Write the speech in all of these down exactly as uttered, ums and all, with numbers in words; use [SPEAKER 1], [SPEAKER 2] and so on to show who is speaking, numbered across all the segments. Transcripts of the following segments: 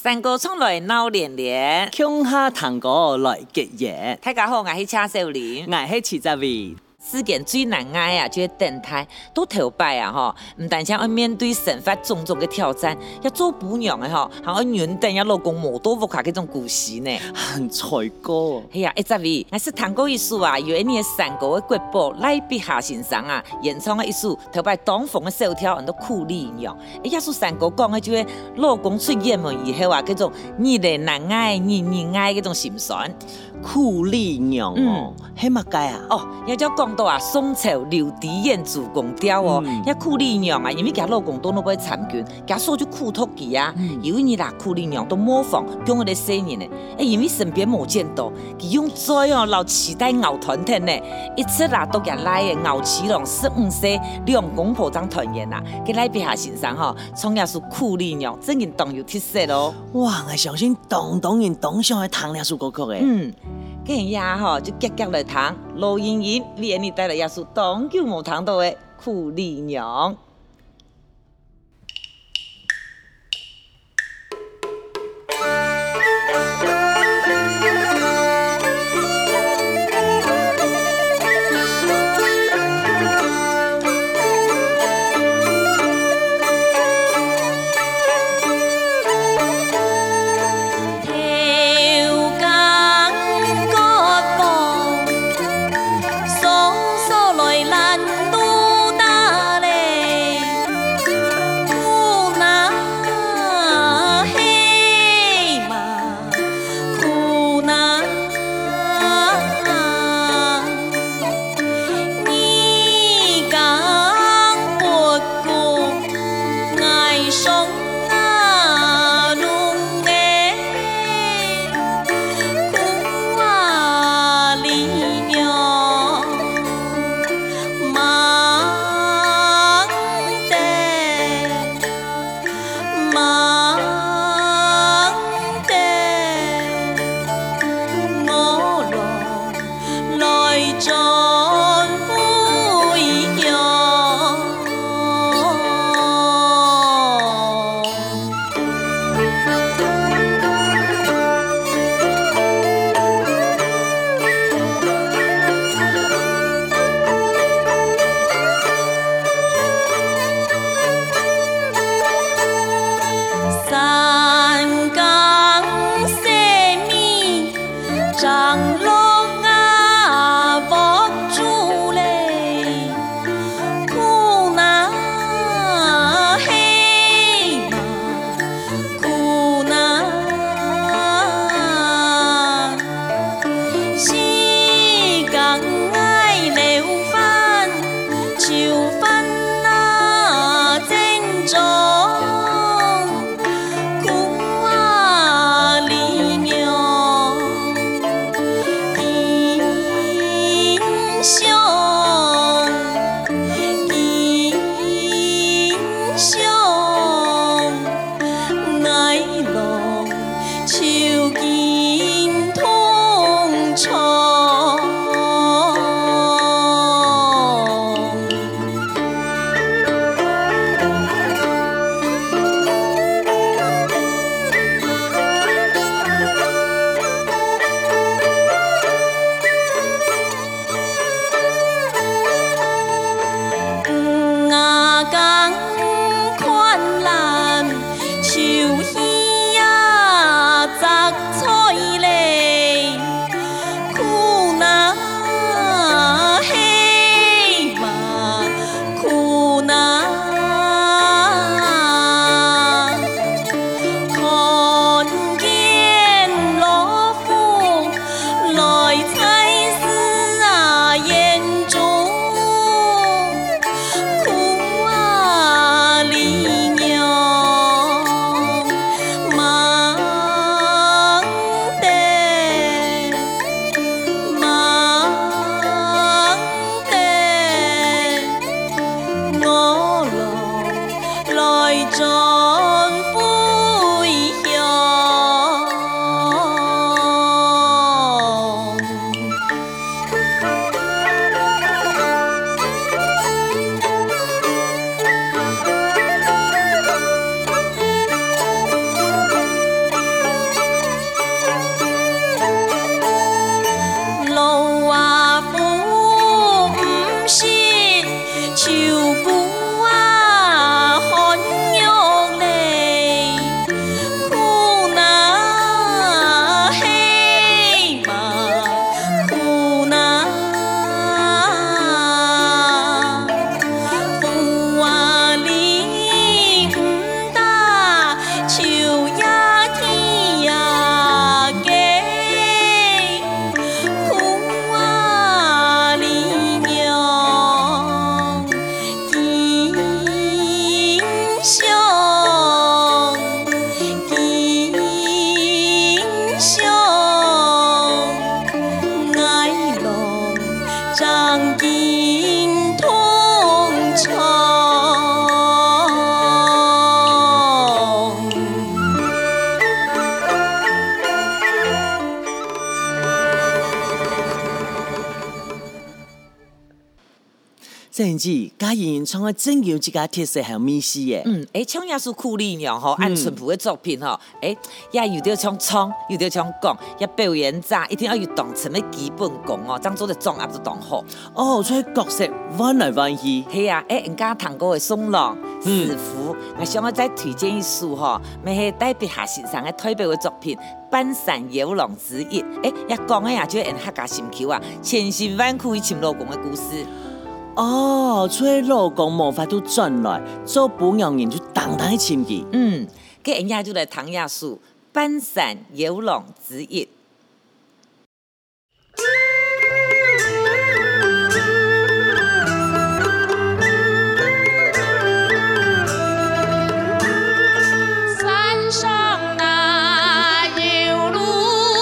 [SPEAKER 1] 三哥冲来闹连连，
[SPEAKER 2] 乡下堂哥来结缘。
[SPEAKER 1] 大家好，我是车少年，
[SPEAKER 2] 我是七十位。
[SPEAKER 1] 世间最难挨啊，就是电台都头摆啊吼，唔但像要面对生活种种嘅挑战，要做姑娘嘅吼，还要原等要老公磨多福卡嗰種故事呢。
[SPEAKER 2] 很才哥。
[SPEAKER 1] 哎呀，一十位，我是堂哥一首啊，有一年三個嘅國寶賴碧霞先生啊，演唱嘅一首頭擺當紅嘅小調，人都酷麗娘。哎呀，說三哥講嘅就係老公出遠門以後啊，嗰種你哋難愛，你你愛嗰種心酸。
[SPEAKER 2] 酷麗娘哦，係乜解啊？
[SPEAKER 1] 哦，也就講到啊，宋朝劉迪燕主公調哦，也酷麗娘啊，因為佢老公都攞去參軍，佢所就酷托佢啊，有一年啦，酷麗娘都模仿叫我哋四年呢，誒，因為身邊冇見到，佢用最哦老臍帶熬團團呢，一次啦都佢來嘅熬臍郎十五歲兩公婆爭團圓啊，佢賴碧霞先生吼，從也是酷麗娘，真係當有特色咯。
[SPEAKER 2] 哇，我相信當當然當上係彈呢首歌曲嘅。
[SPEAKER 1] 嗯。今日呀吼，就夾夾來彈，羅盈盈連你帶來一首當久冇彈到嘅酷麗娘。
[SPEAKER 2] 秋姑啊，寒玉泪，苦那黑马，苦那苦啊里唔打，秋呀天呀给，苦啊里娘见相见相，爱郎仗剑同床。甚至嘉燕唱的真有自家特色还有意思耶。
[SPEAKER 1] 嗯，诶，唱也是酷丽娘吼，按淳朴的作品吼，诶，也有得唱唱，有得唱讲，也表演者一定要有当成的基本功哦，这样做的综合都当好。
[SPEAKER 2] 哦，所以角色弯来弯去。
[SPEAKER 1] 系啊，诶，人家谈过的宋浪、师傅，我想要再推荐一首吼，咪系代表下先生的代表的作品《半山游龙之一》。诶，也讲的也就人客家心口啊，千辛万苦去寻老公的故事。
[SPEAKER 2] 哦，所以老公无法度转来，做本娘人就当当的亲戚。
[SPEAKER 1] 嗯，佮人家就来唐亚树《半山游龙之一》。
[SPEAKER 3] 山上那有路，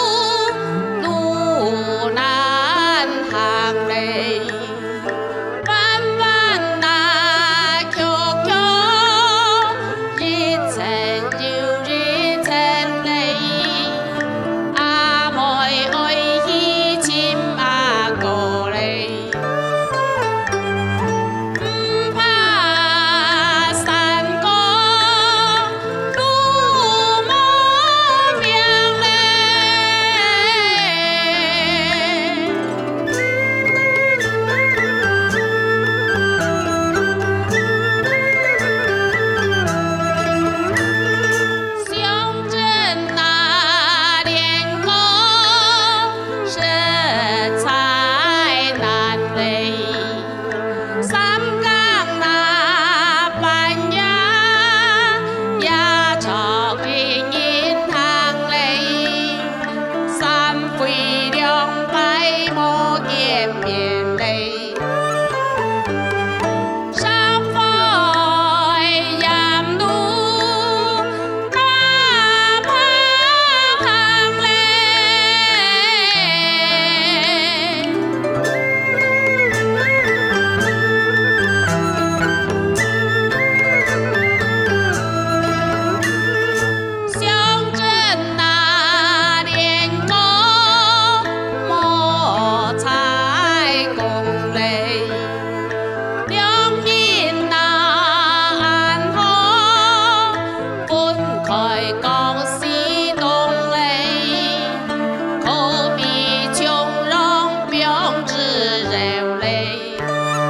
[SPEAKER 3] 路难行嘞。弯弯那曲曲，一层又一层嘞。阿妹爱去亲阿哥嘞，唔怕山高。路无名嘞，乡镇那练功实在难嘞。三更那半夜，也朝云银行嘞，三回两拜莫见面嘞。山峰沿路那旁行嘞。乡镇那练功莫采功嘞，两面那安好，分开讲西东嘞，可比穷人表之柔嘞。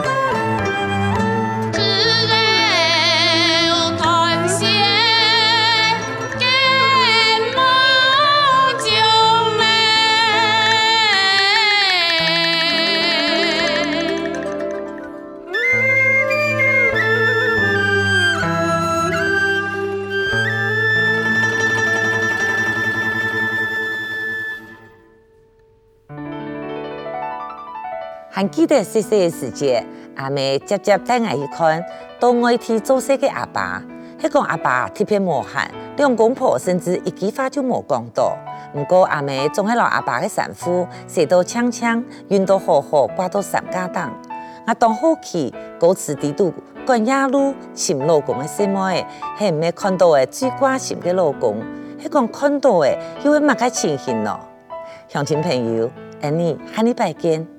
[SPEAKER 3] 只有团结根毛将嘞。
[SPEAKER 1] 还记得细细的时节，阿妹接接带我去看到外地做事的阿爸。迄个阿爸特别无限，两公婆甚至一句话就无讲到。不过阿妹总系留阿爸的衫裤，洗到呛呛，熨到好好，挂到三家档。我当好奇，歌词地度赶夜路寻老公的什么的，系唔系看到的最关心的老公？迄个看到的又会乜个情形咯？乡亲朋友，安尼下礼拜见。